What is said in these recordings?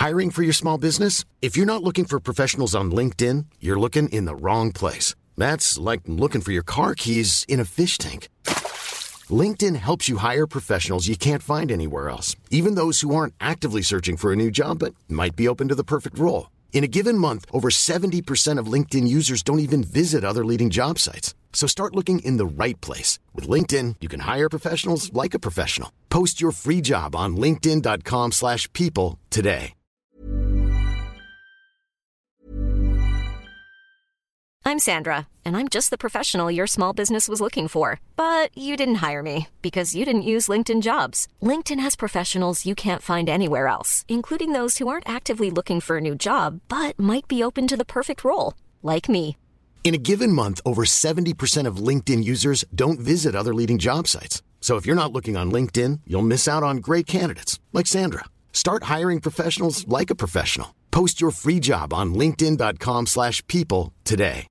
Hiring for your small business? If you're not looking for professionals on LinkedIn, you're looking in the wrong place. That's like looking for your car keys in a fish tank. LinkedIn helps you hire professionals you can't find anywhere else, even those who aren't actively searching for a new job but might be open to the perfect role. In a given month, over 70% of LinkedIn users don't even visit other leading job sites. So start looking in the right place. With LinkedIn, you can hire professionals like a professional. Post your free job on linkedin.com/people today. I'm Sandra, and I'm just the professional your small business was looking for. But you didn't hire me because you didn't use LinkedIn Jobs. LinkedIn has professionals you can't find anywhere else, including those who aren't actively looking for a new job, but might be open to the perfect role, like me. In a given month, over 70% of LinkedIn users don't visit other leading job sites. So if you're not looking on LinkedIn, you'll miss out on great candidates like Sandra. Start hiring professionals like a professional. Post your free job on linkedin.com/people today.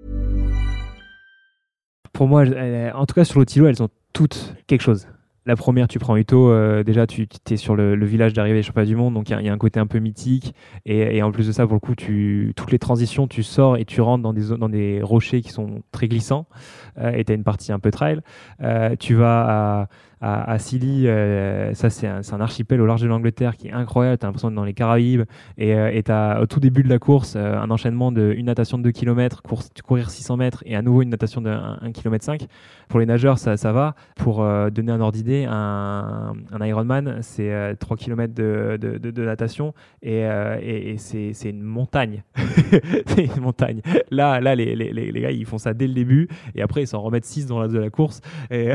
Pour moi, en tout cas sur l'Otilo, elles ont toutes quelque chose. La première, tu prends Uto, déjà tu es sur le village d'arrivée des championnats du monde, donc il y a un côté un peu mythique, et en plus de ça, pour le coup, toutes les transitions, tu sors et tu rentres dans des rochers qui sont très glissants, et tu as une partie un peu trail. Tu vas à Scilly, ça c'est un archipel au large de l'Angleterre qui est incroyable, tu as l'impression d'être dans les Caraïbes, et tu as au tout début de la course un enchaînement d'une natation de 2 km, courir 600 mètres et à nouveau une natation de 1,5 km. Pour les nageurs, ça va. Pour donner un ordre d'idée, un Ironman, c'est 3 km de natation, et c'est une montagne. C'est une montagne. Là les gars, ils font ça dès le début, et après ils s'en remettent 6 dans la course, et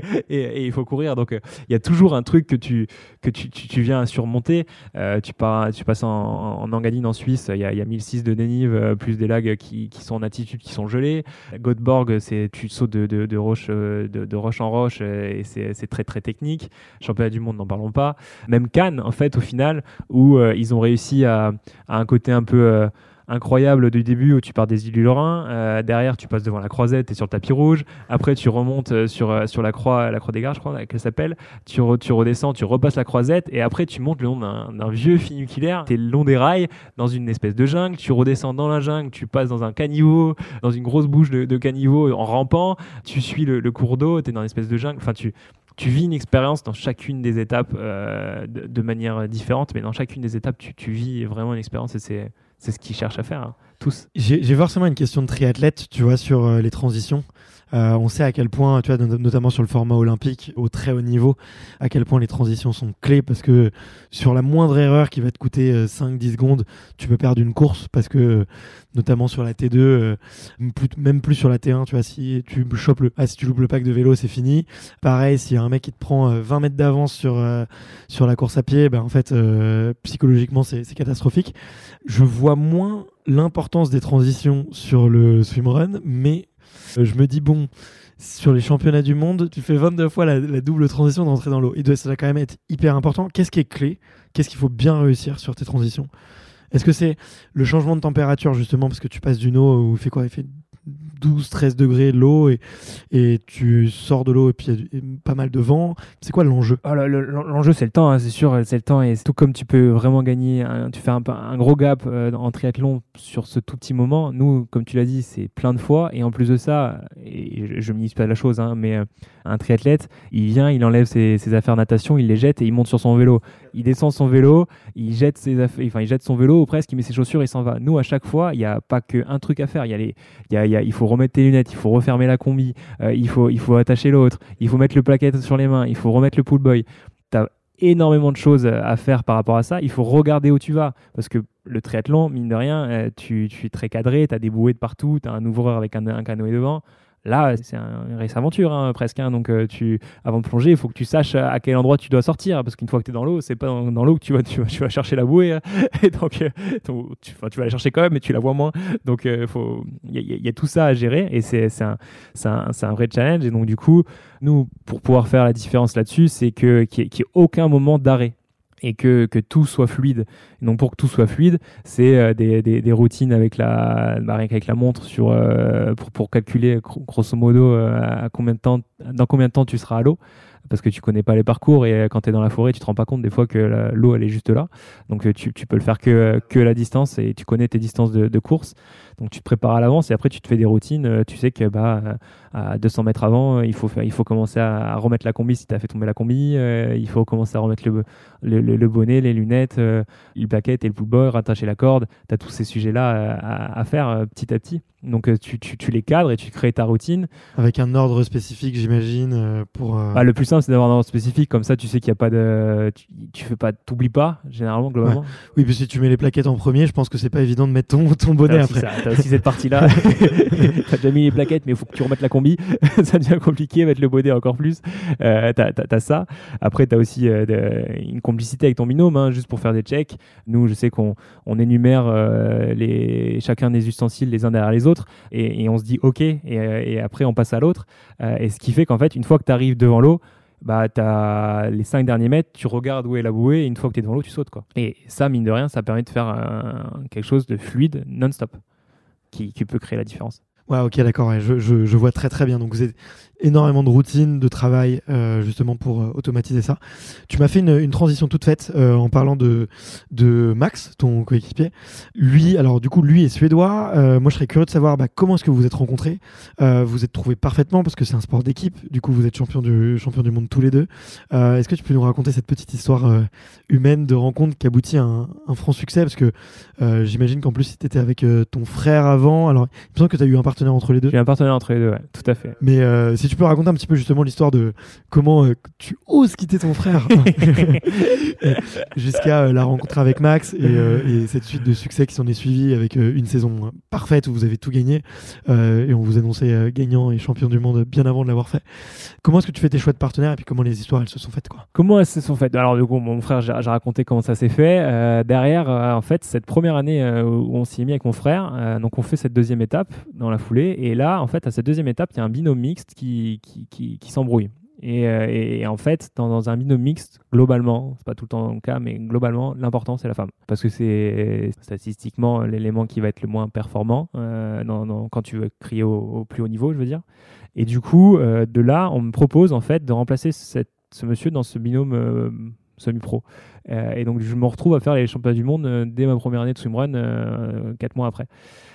il faut courir. Donc il y a toujours un truc que tu viens à surmonter. Tu passes en Engadine en Suisse, il y a 1006 de dénive, plus des lags qui sont en altitude, qui sont gelés. Göteborg, tu sautes de roche en roche, et c'est très très technique. Championnat du monde, n'en parlons pas. Même Cannes, en fait, au final, où ils ont réussi à un côté un peu incroyable du début, où tu pars des îles du Lorrain, derrière tu passes devant la Croisette, tu es sur le tapis rouge, après tu remontes sur la croix des Gardes, je crois qu'elle s'appelle, tu redescends, tu repasses la Croisette, et après tu montes le long d'un vieux funiculaire, tu es le long des rails dans une espèce de jungle, tu redescends dans la jungle, tu passes dans un caniveau, dans une grosse bouche de caniveau en rampant, tu suis le cours d'eau, tu es dans une espèce de jungle, enfin tu vis une expérience dans chacune des étapes de manière différente, mais dans chacune des étapes tu vis vraiment une expérience, et c'est ce qu'ils cherchent à faire, hein, tous. J'ai forcément une question de triathlète, tu vois, sur les transitions. On sait à quel point, tu vois, notamment sur le format olympique, au très haut niveau, à quel point les transitions sont clés, parce que sur la moindre erreur qui va te coûter 5-10 secondes, tu peux perdre une course, parce que, notamment sur la T2, même plus sur la T1, tu vois, si tu loupes le pack de vélo, c'est fini. Pareil, s'il y a un mec qui te prend 20 mètres d'avance sur la course à pied, en fait, psychologiquement, c'est catastrophique. Je vois moins l'importance des transitions sur le swimrun, mais je me dis, bon, sur les championnats du monde, tu fais 22 fois la double transition d'entrée dans l'eau. Ça doit quand même être hyper important. Qu'est-ce qui est clé ? Qu'est-ce qu'il faut bien réussir sur tes transitions ? Est-ce que c'est le changement de température, justement, parce que tu passes d'une eau où il fait 12-13 degrés l'eau, et tu sors de l'eau et puis il y a pas mal de vent. C'est quoi l'enjeu ? L'enjeu, c'est le temps, hein, c'est sûr, c'est le temps, et tout comme tu peux vraiment gagner, tu fais un gros gap en triathlon sur ce tout petit moment. Nous, comme tu l'as dit, c'est plein de fois, et en plus de ça, et je minimise pas la chose, hein, mais un triathlète, il vient, il enlève ses affaires natation, il les jette et il monte sur son vélo. Il descend son vélo, il jette son vélo, ou presque, il met ses chaussures et il s'en va. Nous, à chaque fois, il n'y a pas qu'un truc à faire. Il faut remettre tes lunettes, il faut refermer la combi, il faut attacher l'autre, il faut mettre le plaquette sur les mains, il faut remettre le pull boy. Tu as énormément de choses à faire par rapport à ça. Il faut regarder où tu vas, parce que le triathlon, mine de rien, tu es très cadré, tu as des bouées de partout, tu as un ouvreur avec un canoë devant. Là, c'est une race aventure, hein, presque. Hein. Donc, avant de plonger, il faut que tu saches à quel endroit tu dois sortir. Parce qu'une fois que tu es dans l'eau, c'est pas dans l'eau que tu vas chercher la bouée. Hein. Et donc, tu vas la chercher quand même, mais tu la vois moins. Donc, il y a tout ça à gérer. Et c'est un vrai challenge. Et donc, du coup, nous, pour pouvoir faire la différence là-dessus, c'est qu'il n'y ait aucun moment d'arrêt. Et que tout soit fluide. Et donc pour que tout soit fluide, c'est des routines avec la montre pour calculer grosso modo dans combien de temps tu seras à l'eau. parce que tu connais pas les parcours et quand tu es dans la forêt, tu te rends pas compte des fois que l'eau elle est juste là. Donc tu peux le faire que la distance et tu connais tes distances de course. Donc tu te prépares à l'avance et après tu te fais des routines. Tu sais que à 200 mètres avant, il faut commencer à remettre la combi si tu as fait tomber la combi. Il faut commencer à remettre le bonnet, les lunettes, le plaquette et le football, rattacher la corde. Tu as tous ces sujets-là à faire petit à petit. Donc tu les cadres et tu crées ta routine. Avec un ordre spécifique, j'imagine, pour... Le plus simple, c'est d'avoir un ordre spécifique. Comme ça, tu sais qu'il n'y a pas de... Tu fais pas... T'oublies pas, généralement, globalement. Ouais. Oui, puis si tu mets les plaquettes en premier, je pense que c'est pas évident de mettre ton bonnet après. T'as aussi cette partie-là. T'as déjà mis les plaquettes, mais il faut que tu remettes la combi. Ça devient compliqué, mettre le bonnet encore plus. T'as ça. Après, t'as aussi une complicité avec ton binôme, juste pour faire des checks. Nous, je sais qu'on énumère chacun des ustensiles les uns derrière les autres. Et on se dit OK et après on passe à l'autre et ce qui fait qu'en fait une fois que tu arrives devant l'eau, t'as les 5 derniers mètres, tu regardes où est la bouée et une fois que tu es devant l'eau tu sautes quoi. Et ça mine de rien ça permet de faire quelque chose de fluide non-stop qui peut créer la différence. Ouais, ok, d'accord, ouais, je vois très très bien. Donc vous avez énormément de routines, de travail justement pour automatiser ça. Tu m'as fait une transition toute faite en parlant de Max, ton coéquipier. Lui est suédois. Moi, je serais curieux de savoir comment est-ce que vous vous êtes rencontrés. Vous êtes trouvés parfaitement parce que c'est un sport d'équipe. Du coup, vous êtes champion du monde tous les deux. Est-ce que tu peux nous raconter cette petite histoire humaine de rencontre qui aboutit à un franc succès? Parce que j'imagine qu'en plus, si tu étais avec ton frère avant, alors il me semble que tu as eu un partenaire entre les deux. J'ai un partenaire entre les deux, ouais, tout à fait. Mais si tu peux raconter un petit peu justement l'histoire de comment tu oses quitter ton frère jusqu'à la rencontre avec Max et cette suite de succès qui s'en est suivie avec une saison parfaite où vous avez tout gagné et on vous annonçait gagnant et champion du monde bien avant de l'avoir fait. Comment est-ce que tu fais tes choix de partenaires et puis comment les histoires elles se sont faites quoi? Comment elles se sont faites? Alors du coup mon frère j'ai raconté comment ça s'est fait. Derrière en fait cette première année où on s'y est mis avec mon frère, donc on fait cette deuxième étape dans la foulée et là en fait à cette deuxième étape il y a un binôme mixte qui s'embrouille. Et en fait, dans un binôme mixte, globalement, c'est pas tout le temps le cas, mais globalement, l'important c'est la femme. Parce que c'est statistiquement l'élément qui va être le moins performant quand tu veux crier au plus haut niveau, je veux dire. Et du coup, de là, on me propose en fait de remplacer ce monsieur dans ce binôme semi-pro. Et donc, je me retrouve à faire les championnats du monde dès ma première année de swimrun, 4 mois après.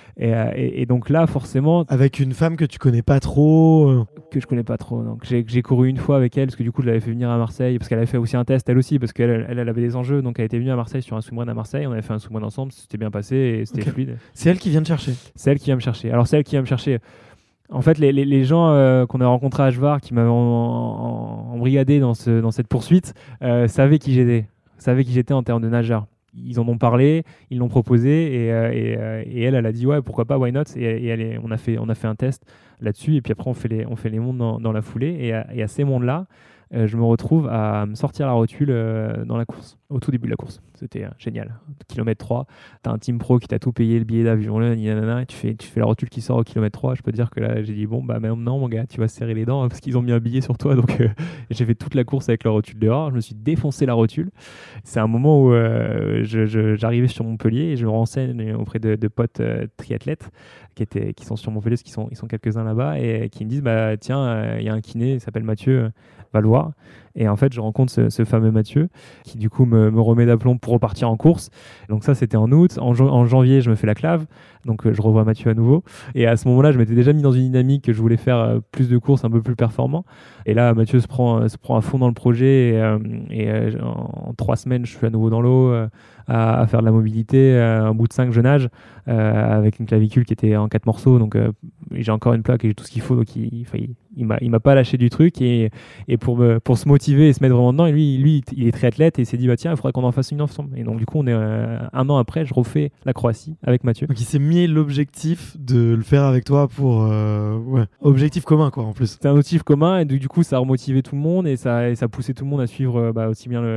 Et donc là, forcément... Avec une femme que tu connais pas trop Que je connais pas trop. Donc j'ai couru une fois avec elle, parce que du coup, je l'avais fait venir à Marseille, parce qu'elle avait fait aussi un test, elle aussi, parce qu'elle avait des enjeux. Donc elle était venue à Marseille sur un swimrun à Marseille. On avait fait un swimrun ensemble, c'était bien passé et c'était fluide. C'est elle qui vient te chercher? C'est elle qui vient me chercher. Alors c'est elle qui vient me chercher... En fait, les gens qu'on a rencontrés à Ashvar, qui m'avaient embrigadé dans cette poursuite, savaient qui j'étais en termes de nageur. Ils en ont parlé, ils l'ont proposé et elle a dit ouais pourquoi pas, why not, et on a fait un test là-dessus et puis après on fait les mondes dans la foulée et à ces mondes-là je me retrouve à me sortir la rotule dans la course, au tout début de la course. C'était génial. Kilomètre 3, t'as un team pro qui t'a tout payé, le billet d'avion, et tu fais la rotule qui sort au kilomètre 3. Je peux te dire que là, j'ai dit, bon, maintenant, mon gars, tu vas serrer les dents parce qu'ils ont mis un billet sur toi. Donc, j'ai fait toute la course avec la rotule dehors. Je me suis défoncé la rotule. C'est un moment où j'arrivais sur Montpellier et je me renseigne auprès de potes triathlètes qui sont sur Montpellier, parce ils sont quelques-uns là-bas, et qui me disent, tiens, il y a un kiné, il s'appelle Mathieu, va le voir. Et en fait, je rencontre ce fameux Mathieu qui, du coup, me remet d'aplomb pour repartir en course. Donc ça, c'était en août. En janvier, je me fais la clave. Donc, je revois Mathieu à nouveau. Et à ce moment-là, je m'étais déjà mis dans une dynamique que je voulais faire plus de courses, un peu plus performant. Et là, Mathieu se prend à fond dans le projet. Et en 3 semaines, je suis à nouveau dans l'eau à faire de la mobilité. Un bout de 5, je nage avec une clavicule qui était en 4 morceaux. Donc, j'ai encore une plaque et j'ai tout ce qu'il faut. Donc, il m'a pas lâché du truc. Et pour se motiver et se mettre vraiment dedans, et lui il est triathlète et il s'est dit tiens, il faudrait qu'on en fasse une ensemble. Et donc du coup on est 1 an après, je refais la Croatie avec Mathieu. Donc il s'est mis l'objectif de le faire avec toi pour objectif commun quoi en plus. C'était un objectif commun et du coup ça a remotivé tout le monde et ça poussait tout le monde à suivre aussi bien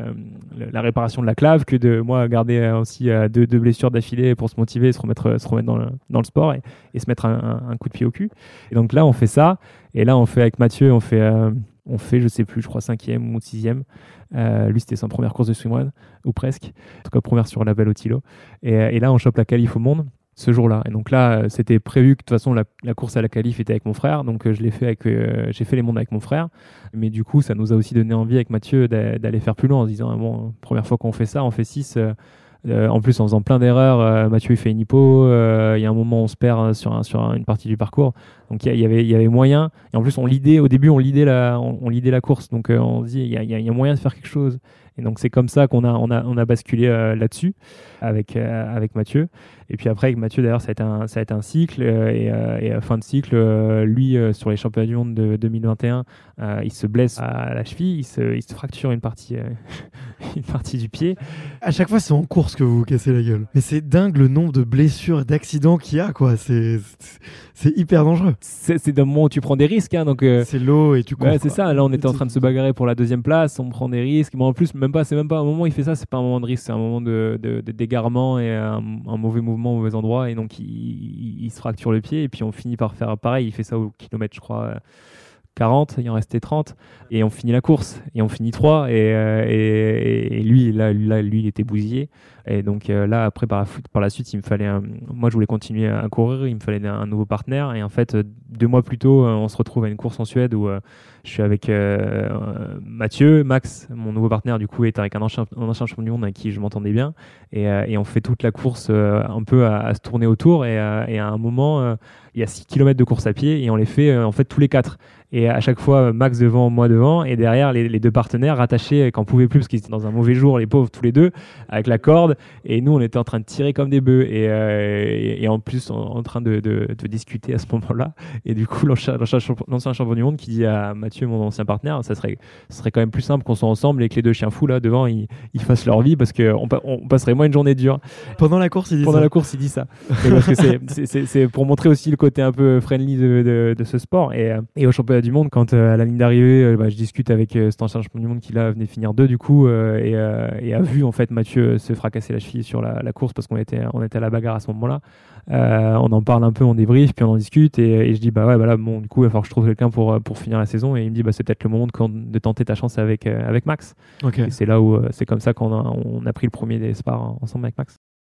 la réparation de la clave que de moi garder aussi 2 blessures d'affilée pour se motiver et se remettre dans le sport et se mettre un coup de pied au cul. Et donc là on fait ça et là on fait avec Mathieu on fait, je sais plus, je crois 5e ou 6e. Lui, c'était sa première course de swimrun, ou presque. En tout cas, première sur la belle au Tilo. Et là, on chope la qualif au monde. ce jour-là. Et donc là, c'était prévu que de toute façon la course à la qualif était avec mon frère, donc j'ai fait les mondes avec mon frère. Mais du coup, ça nous a aussi donné envie avec Mathieu d'aller faire plus loin en se disant bon, première fois qu'on fait ça, on fait 6. En plus, en faisant plein d'erreurs, Mathieu il fait une hypo. Il y a un moment où on se perd sur une partie du parcours. Donc il y avait moyen. Et en plus, au début, on lidait la course. Donc on se dit il y a moyen de faire quelque chose. Et donc c'est comme ça qu'on a basculé là-dessus avec Mathieu. Et puis après avec Mathieu d'ailleurs ça a été un cycle et fin de cycle lui sur les championnats du monde de 2021 il se blesse à la cheville, il se fracture une partie du pied. À chaque fois c'est en course que vous vous cassez la gueule. Mais c'est dingue le nombre de blessures et d'accidents qu'il y a quoi. C'est hyper dangereux. C'est d'un moment où tu prends des risques hein, donc c'est l'eau et tu cours. Ouais, c'est ça. Là on était en train de se bagarrer pour la 2e place, on prend des risques. Mais en plus c'est même pas un moment où il fait ça, c'est pas un moment de risque, c'est un moment de d'égarement et un mauvais mouvement au mauvais endroit et donc il se fracture le pied et puis on finit par faire pareil, il fait ça au kilomètre je crois 40, il en restait 30 et on finit la course et on finit 3 et lui il était bousillé et donc là après par la suite il me fallait moi je voulais continuer à courir, il me fallait un nouveau partenaire et en fait 2 mois plus tôt on se retrouve à une course en Suède où je suis avec Mathieu, Max, mon nouveau partenaire du coup est avec un ancien champion du monde avec qui je m'entendais bien et on fait toute la course un peu à se tourner autour et à un moment il y a 6 km de course à pied et on les fait en fait tous les 4. Et à chaque fois, Max devant, moi devant, et derrière les 2 partenaires rattachés quand on pouvait plus parce qu'ils étaient dans un mauvais jour, les pauvres tous les 2, avec la corde. Et nous, on était en train de tirer comme des bœufs et en plus en train de discuter à ce moment-là. Et du coup, l'ancien champion du monde qui dit à Mathieu, mon ancien partenaire, ce serait quand même plus simple qu'on soit ensemble et que les 2 chiens fous là devant, ils fassent leur vie parce qu'on passerait moins une journée dure. Pendant la course, il dit ça. Parce que c'est pour montrer aussi le côté un peu friendly de ce sport. Et au championnat du monde, quand à la ligne d'arrivée, je discute avec cet ancien champion du monde qui là venait finir 2 du coup et a vu en fait Mathieu se fracasser la cheville sur la course parce qu'on était à la bagarre à ce moment-là. On en parle un peu, on débrief, puis on en discute et je dis là bon du coup il va falloir que je trouve quelqu'un pour finir la saison et il me dit c'est peut-être le moment de tenter ta chance avec Max. Okay. Et c'est là où c'est comme ça qu'on a pris le premier des Spars ensemble avec Max.